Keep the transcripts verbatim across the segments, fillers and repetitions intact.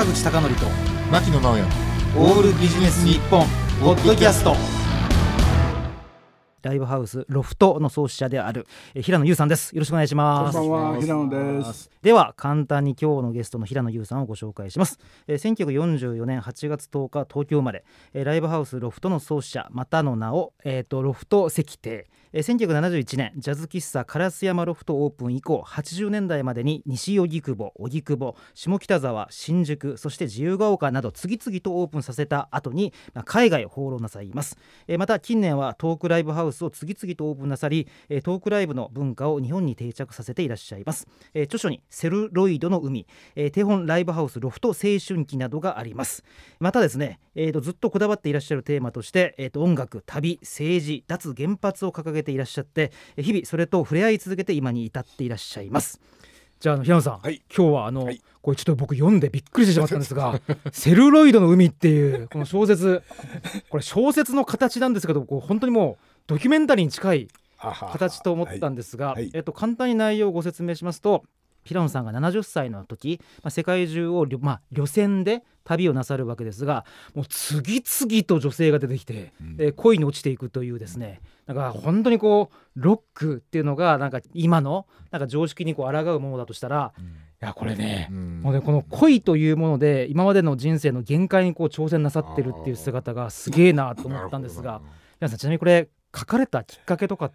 坂口孝則と牧野直哉オールビジネス日本ポッドキャスト。ライブハウスロフトの創始者である平野優さんです。よろしくお願いします。 こんばんは、平野です。 では簡単に今日のゲストの平野優さんをご紹介します。えー、せんきゅうひゃくよんじゅうよねんはちがつとおか東京生まれ、えー、ライブハウスロフトの創始者、またの名を、えー、とロフト石亭。えー、せんきゅうひゃくななじゅういちねんジャズ喫茶烏山ロフトオープン以降、はちじゅうねんだいまでに西荻窪、荻窪、下北沢、新宿、そして自由が丘など次々とオープンさせた後に、まあ、海外を放浪なさいます。えー、また近年はトークライブハウスを次々とオープンなさり、えー、トークライブの文化を日本に定着させていらっしゃいます。えー、著書にセルロイドの海、えー、手本ライブハウスロフト青春期などがあります。またですね、えー、とずっとこだわっていらっしゃるテーマとして、えー、と音楽、旅、政治、脱原発を掲げていらっしゃって、日々それと触れ合い続けて今に至っていらっしゃいます。じゃあ、あの平野さん、はい、今日はあの、はい、これちょっと僕読んでびっくりしてしまったんですがセルロイドの海っていうこの小説これ小説の形なんですけど、こう本当にもうドキュメンタリーに近い形と思ったんですが、はいはい、えっと、簡単に内容をご説明しますと、平野さんがななじゅっさいの時、まあ、世界中を、まあ、旅船で旅をなさるわけですが、もう次々と女性が出てきて、うんえー、恋に落ちていくというですね、なんか本当にこうロックっていうのがなんか今のなんか常識にこう抗うものだとしたら、うん、いやこれね、うん、もうねこの恋というもので今までの人生の限界にこう挑戦なさってるっていう姿がすげえなと思ったんですが、平野さん、ちなみにこれ書かれたきっかけとかって？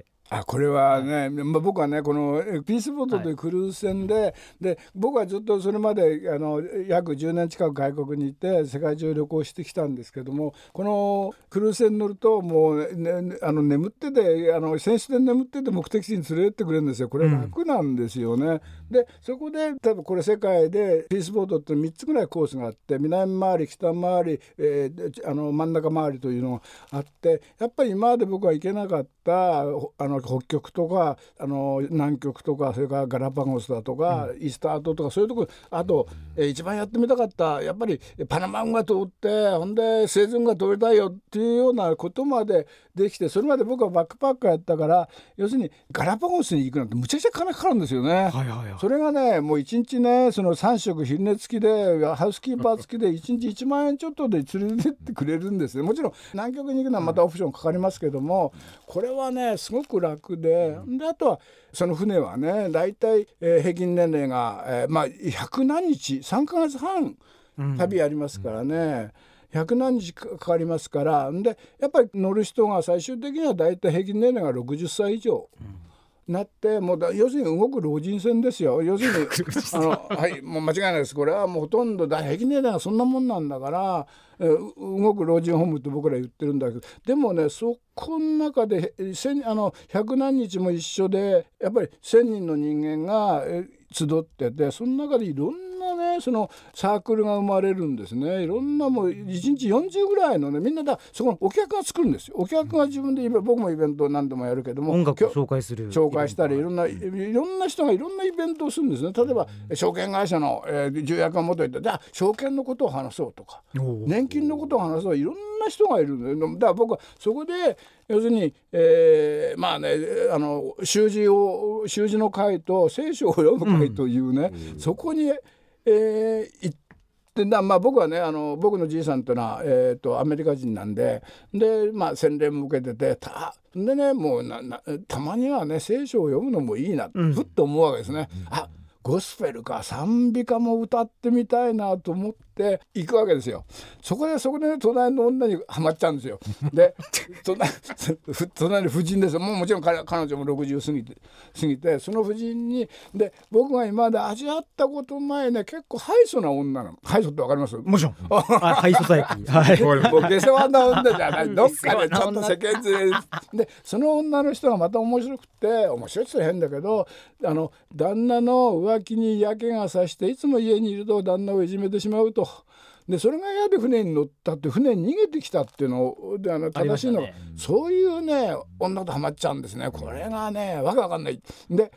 あこれはね、まあ、僕はねこのピースボートというクルーズ船で、はい、で僕はずっとそれまであの約じゅうねん近く外国に行って世界中旅行してきたんですけども、このクルーズ船に乗るともう、ね、あの眠っててあの船室で眠ってて目的地に連れてってくれるんですよ。これ楽なんですよね、うん、でそこで多分これ世界でピースボートってみっつぐらいコースがあって、南回り、北回り、えー、あの真ん中回りというのがあって、やっぱり今まで僕は行けなかったあの北極とかあの南極とか、それからガラパゴスだとか、うん、イースター島とかそういうところ、あと、えー、一番やってみたかったやっぱりパナマ運河通って、ほんでスエズ運河通りたいよっていうようなことまでできて、それまで僕はバックパッカーやったから、要するにガラパゴスに行くなんてむちゃくちゃ金かかるんですよね、はいはいはい、それがねもういちにちねそのさん食昼寝付きでハウスキーパー付きでいちにちいちまんえんちょっとで連れてってくれるんですね。もちろん南極に行くのはまたオプションかかりますけども、これはねすごく楽で、であとはその船はねだいたい、えー、平均年齢が、えーまあ、ひゃくなんにちさんかげつはん旅ありますからね、うんうんひゃくなんにちかかりますから、でやっぱり乗る人が最終的にはだいたい平均年齢がろくじゅっさい以上、うん、なってもうだ要するに動く老人船ですよ。要するにあの、はい、もう間違いないです。これはもうほとんどだ平均年齢がそんなもんなんだから、えー、動く老人ホームって僕ら言ってるんだけど、でもねそこの中であのひゃくなんにちも一緒でやっぱりせんにんの人間が集ってて、その中でいろんなねそのサークルが生まれるんですね。いろんなもういちにちよんじゅうぐらいのねみんなだそこのお客が作るんですよ。お客が自分で僕もイベント何でもやるけども、 音楽を紹介する紹介したりいろんな、うん、いろんな人がいろんなイベントをするんですね。例えば、うん、証券会社の、えー、重役が元いて、じゃあ証券のことを話そうとか年金のことを話そう、いろんな人がいるんで、だから僕はそこで要するに、えー、まあねあの習字を習字の会と聖書を読む会というね、うん、そこに、えー、行ってだ、まあ、僕はねあの僕のじいさんというのは、えー、とアメリカ人なんで、で、まあ、洗礼も受けててたでねもうななたまにはね聖書を読むのもいいな、うん、ふっと思うわけですね、うん、あゴスペルか賛美歌も歌ってみたいなと思って行くわけですよ。そこでそこで、ね、隣の女にはまっちゃうんですよ。で隣, 隣の婦人ですよ。もうもちろん 彼, 彼女もろくじゅう過ぎて過ぎてその婦人にで僕が今まで味わったことないね結構ハイソな女なの。ハイソってわかります？ もちろんハイソサイティ、はい、 もう下世話な女じゃないどっかでちょっと世間連れでその女の人がまた面白くて、面白いって変だけどあの旦那の浮気に嫌気がさしていつも家にいると旦那をいじめてしまうと。でそれが嫌で船に乗ったって船に逃げてきたっていうのであの正しいの、ね、そういうね女とハマっちゃうんですね。これがねわけわかんないで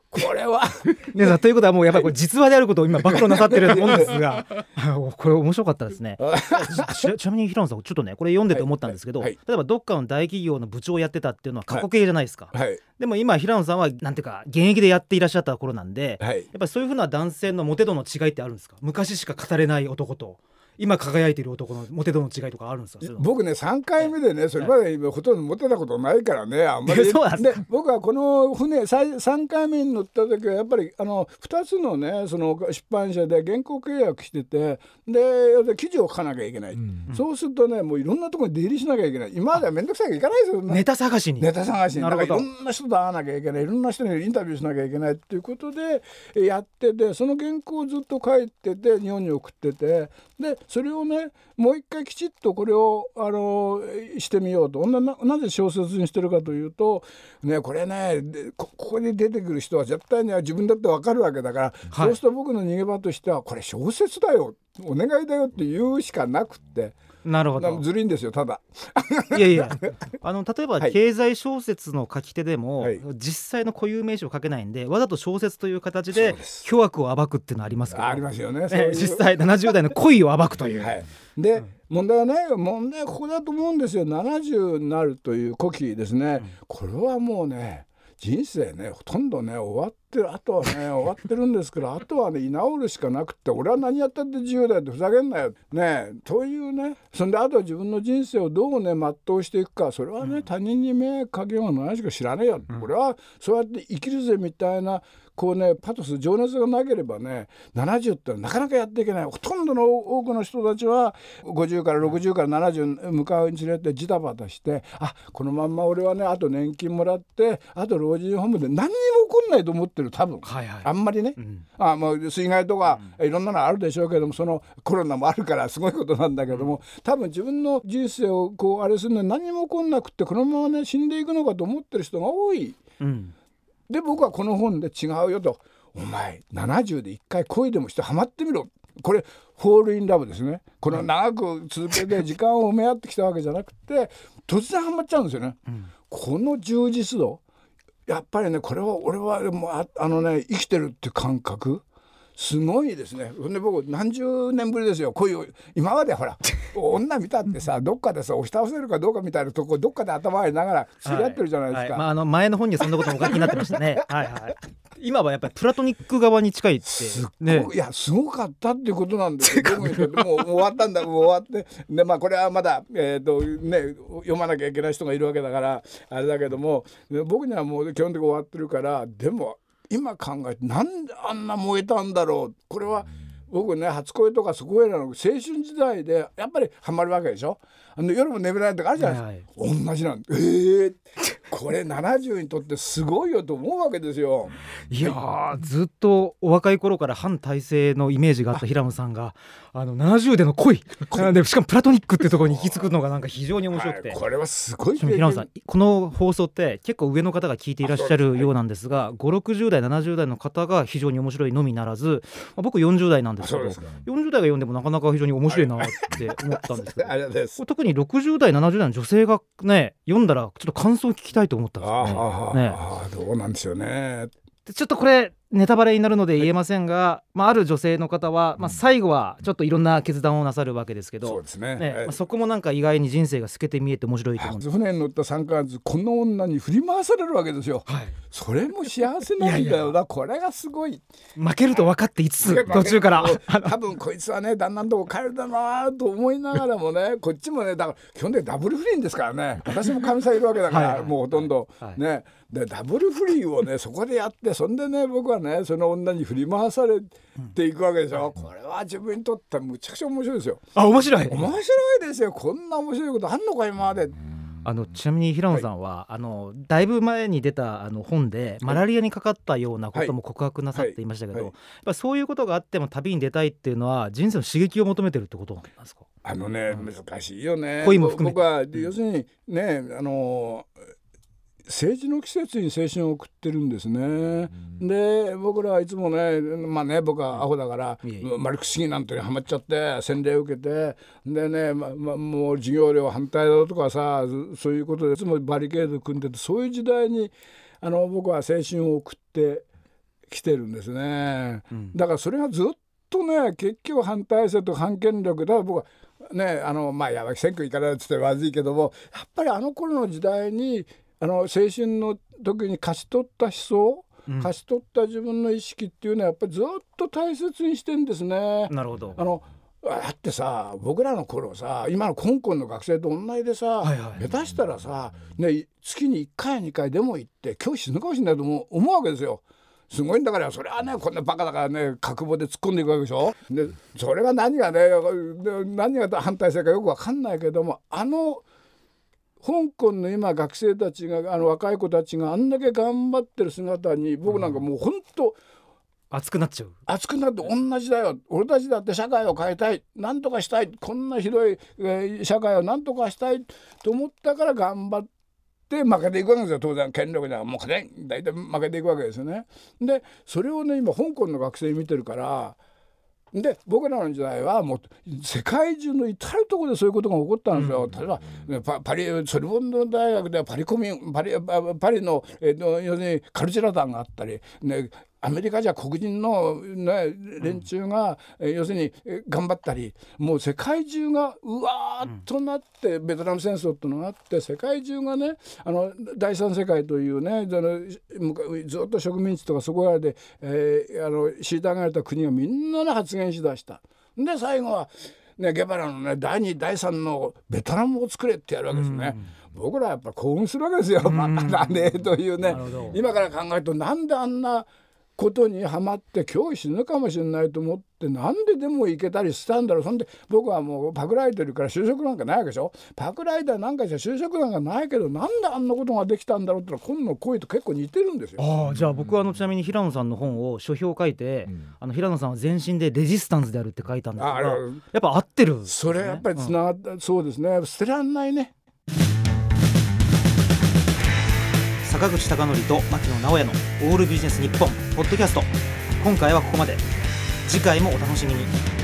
これはね、ということはもうやっぱりこれ実話であることを今暴露なさってると思うんですがこれ面白かったですねち, ちなみに平野さんちょっとねこれ読んでて思ったんですけど、はいはいはい、例えばどっかの大企業の部長をやってたっていうのは過去形じゃないですか、はいはい、でも今平野さんはなんていうか現役でやっていらっしゃった頃なんで、はい、やっぱりそういうふうな男性のモテ度の違いってあるんですか？昔しか語れない男と今輝いている男のモテ度の違いとかあるんですか？ 僕ねさんかいめでねそれまでほとんどモテたことないからねあんまりそうなんですか。で僕はこの船さんかいめに乗った時はやっぱりあのふたつのねその出版社で原稿契約しててで記事を書かなきゃいけない、うん、そうするとねもういろんなところに出入りしなきゃいけない。今まではめんどくさいからいかないですよ。 ネタ探しにネタ探しにだからいろんな人と会わなきゃいけないいろんな人にインタビューしなきゃいけないっていうことでやっててその原稿をずっと書いてて日本に送っててでそれをねもう一回きちっとこれをあのしてみようと な, なぜ小説にしてるかというと、ね、これね こ, ここに出てくる人は絶対に自分だって分かるわけだから、はい、そうすると僕の逃げ場としてはこれ小説だよお願いだよって言うしかなくってなるほどずるいんですよただいやいやあの例えば経済小説の書き手でも、はい、実際の固有名詞を書けないんでわざと小説という形で巨悪を暴くっていうのはありますけどありますよね。 そういう実際ななじゅう代の恋を暴くという、 はい、で、うん、問題はね問題はここだと思うんですよ。ななじゅうになるという古希ですね、うん、これはもうね人生ねほとんどね終わってるあとはね終わってるんですからあとはね居直るしかなくって俺は何やったって自由だよってふざけんなよねというねそんであとは自分の人生をどうね全うしていくかそれはね、うん、他人に迷惑かけようが何しか知らねえよ、うん、俺はそうやって生きるぜみたいなこうねパトス情熱がなければねななじゅうってなかなかやっていけない。ほとんどの多くの人たちはごじゅうからろくじゅうからななじゅう向かうにつれてジタバタしてあこのまんま俺はねあと年金もらってあと老人ホームで何にも起こんないと思ってる多分、はいはい、あんまりね、うん、あもう水害とか、うん、いろんなのあるでしょうけどもそのコロナもあるからすごいことなんだけども、うん、多分自分の人生をこうあれするのに何にも起こんなくってこのままね死んでいくのかと思ってる人が多い、うんで僕はこの本で違うよとお前ななじゅうで一回恋でもしてハマってみろこれフォールインラブですね。この長く続けて時間を埋め合ってきたわけじゃなくて突然ハマっちゃうんですよね、うん、この充実度やっぱりねこれは俺はもう あ, あのね生きてるって感覚すごいですね。で僕何十年ぶりですよ恋を今までほら女見たってさどっかでさ押し倒せるかどうかみたいなとこどっかで頭割りながら付き合ってるじゃないですか、はいはいまあ、あの前の本にそんなこともお書きになってましたねはい、はい、今はやっぱりプラトニック側に近いってすっごい、ね、いやすごかったっていうことなんですよもう終わったんだもう終わってで、まあ、これはまだ、えーとね、読まなきゃいけない人がいるわけだからあれだけども僕にはもう基本的に終わってるからでも今考えてなんであんな燃えたんだろう。これは僕ね初恋とかそこへの青春時代でやっぱりハマるわけでしょ。あの夜も眠れないとかあるじゃないですか、はいはい、同じなんえー、これななじゅうにとってすごいよと思うわけですよ。 いやーずっとお若い頃から反体制のイメージがあった平野さんがあのななじゅうでの恋でしかもプラトニックっていうところに行き着くのがなんか非常に面白くて、 はい、これはすごい平野さんこの放送って結構上の方が聞いていらっしゃるようなんですがごじゅうろくじゅう代ななじゅう代の方が非常に面白いのみならず、まあ、僕よんじゅう代なんですけどよんじゅう代が読んでもなかなか非常に面白いなって思ったんですけどありがとうございます。 特にろくじゅう代ななじゅう代の女性がね読んだらちょっと感想を聞きたいと思ったんですよね。 あねあどうなんでしょうね。 ちょっとこれネタバレになるので言えませんが、はい、まあ、ある女性の方は、まあ、最後はちょっといろんな決断をなさるわけですけど、 そうですね、 ね、 はい、 まあ、そこもなんか意外に人生が透けて見えて面白いと思うんです。 船に乗ったさんかげつこの女に振り回されるわけですよ、はい、それも幸せなんだよな。いやいやこれがすごい。 負けると分かっていつつ途中から多分こいつはね旦那のとこ帰るだなと思いながらもねこっちもねだから基本的にダブル不倫ですからね。私も神さんいるわけだから、はい、もうほとんど、はい、ねでダブル不倫をねそこでやってそんでね僕はねその女に振り回されていくわけでしょ、うん、これは自分にとってむちゃくちゃ面白いですよ。 あ面白い面白いですよ。こんな面白いことあんのか今まで。 あのちなみに平野さんは、はい、あのだいぶ前に出たあの本でマラリアにかかったようなことも告白なさっていましたけど、はいはいはい、やっぱそういうことがあっても旅に出たいっていうのは人生の刺激を求めてるってことなんですか。 あのね、うん、難しいよね。 恋も含めて僕は要するにねあの政治の季節に青春を送ってるんですね、うん、で僕らはいつもねまあね僕はアホだから、うん、マルクス主義なんてにハマっちゃって洗礼を受けてでね、まま、もう授業料反対だとかさそういうことでいつもバリケード組んでてそういう時代にあの僕は青春を送って来てるんですね、 うん、 だからそれがずっとね結局反体制と反権力だから僕はねあのまあ山木選挙行かないって言ってまずいけどもやっぱりあの頃の時代にあの青春の時に勝ち取った思想、うん、勝ち取った自分の意識っていうのはやっぱりずっと大切にしてんですね。 なるほど。 あのだってさ僕らの頃さ今の香港の学生と同じでさ、はいはい、下手したらさ、ね、月にいっかいやにかいでも行って今日死ぬかもしれないと思う、思うわけですよ。すごいんだからそれはねこんなバカだからね覚悟で突っ込んでいくわけでしょ。でそれが何がね何が反対性かよく分かんないけどもあの香港の今学生たちがあの若い子たちがあんだけ頑張ってる姿に僕なんかもう本当、うん熱くなっちゃう熱くなって同じだよ俺たちだって社会を変えたいなんとかしたいこんなひどい、えー、社会をなんとかしたいと思ったから頑張って負けていくわけですよ。当然権力にはもう勝てん大体負けていくわけですよね。でそれをね今香港の学生見てるからで僕らの時代はもう世界中の至るところでそういうことが起こったんですよ、うん、例えば、ね、パ, パリソルボンヌ大学ではパリコミン パリ, パリの、えー、要するにカルチャラ団があったり、ね、アメリカじゃ黒人の、ね、連中が、うん、要するに頑張ったりもう世界中がうわーっとなって、うん、ベトナム戦争っていうのがあって世界中がねあの第三世界というねずっと植民地とかそこらで、えー、あの虐げられた国がみんなの発言しだした。で最後は、ね、ゲバラの、ね、だいにだいさんのベトナムを作れってやるわけですね、うん、僕らはやっぱ興奮するわけですよ、うん、バカだねというね今から考えるとなんであんなことにはまって今日死ぬかもしれないと思ってなんででも行けたりしたんだろう。そんで僕はもうパクられてるから就職なんかないわけでしょ。パクられたらなんかじゃ就職なんかないけどなんであんなことができたんだろうってのは今の声と結構似てるんですよ。 あじゃあ僕はあのちなみに平野さんの本を書評を書いて、うん、あの平野さんは全身でレジスタンスであるって書いたんですがやっぱ合ってる、ね、 それやっぱりつながった、うん、そうですね捨てらんないね。 坂口孝則と牧野直哉のオールビジネス日本ポッドキャスト今回はここまで。次回もお楽しみに。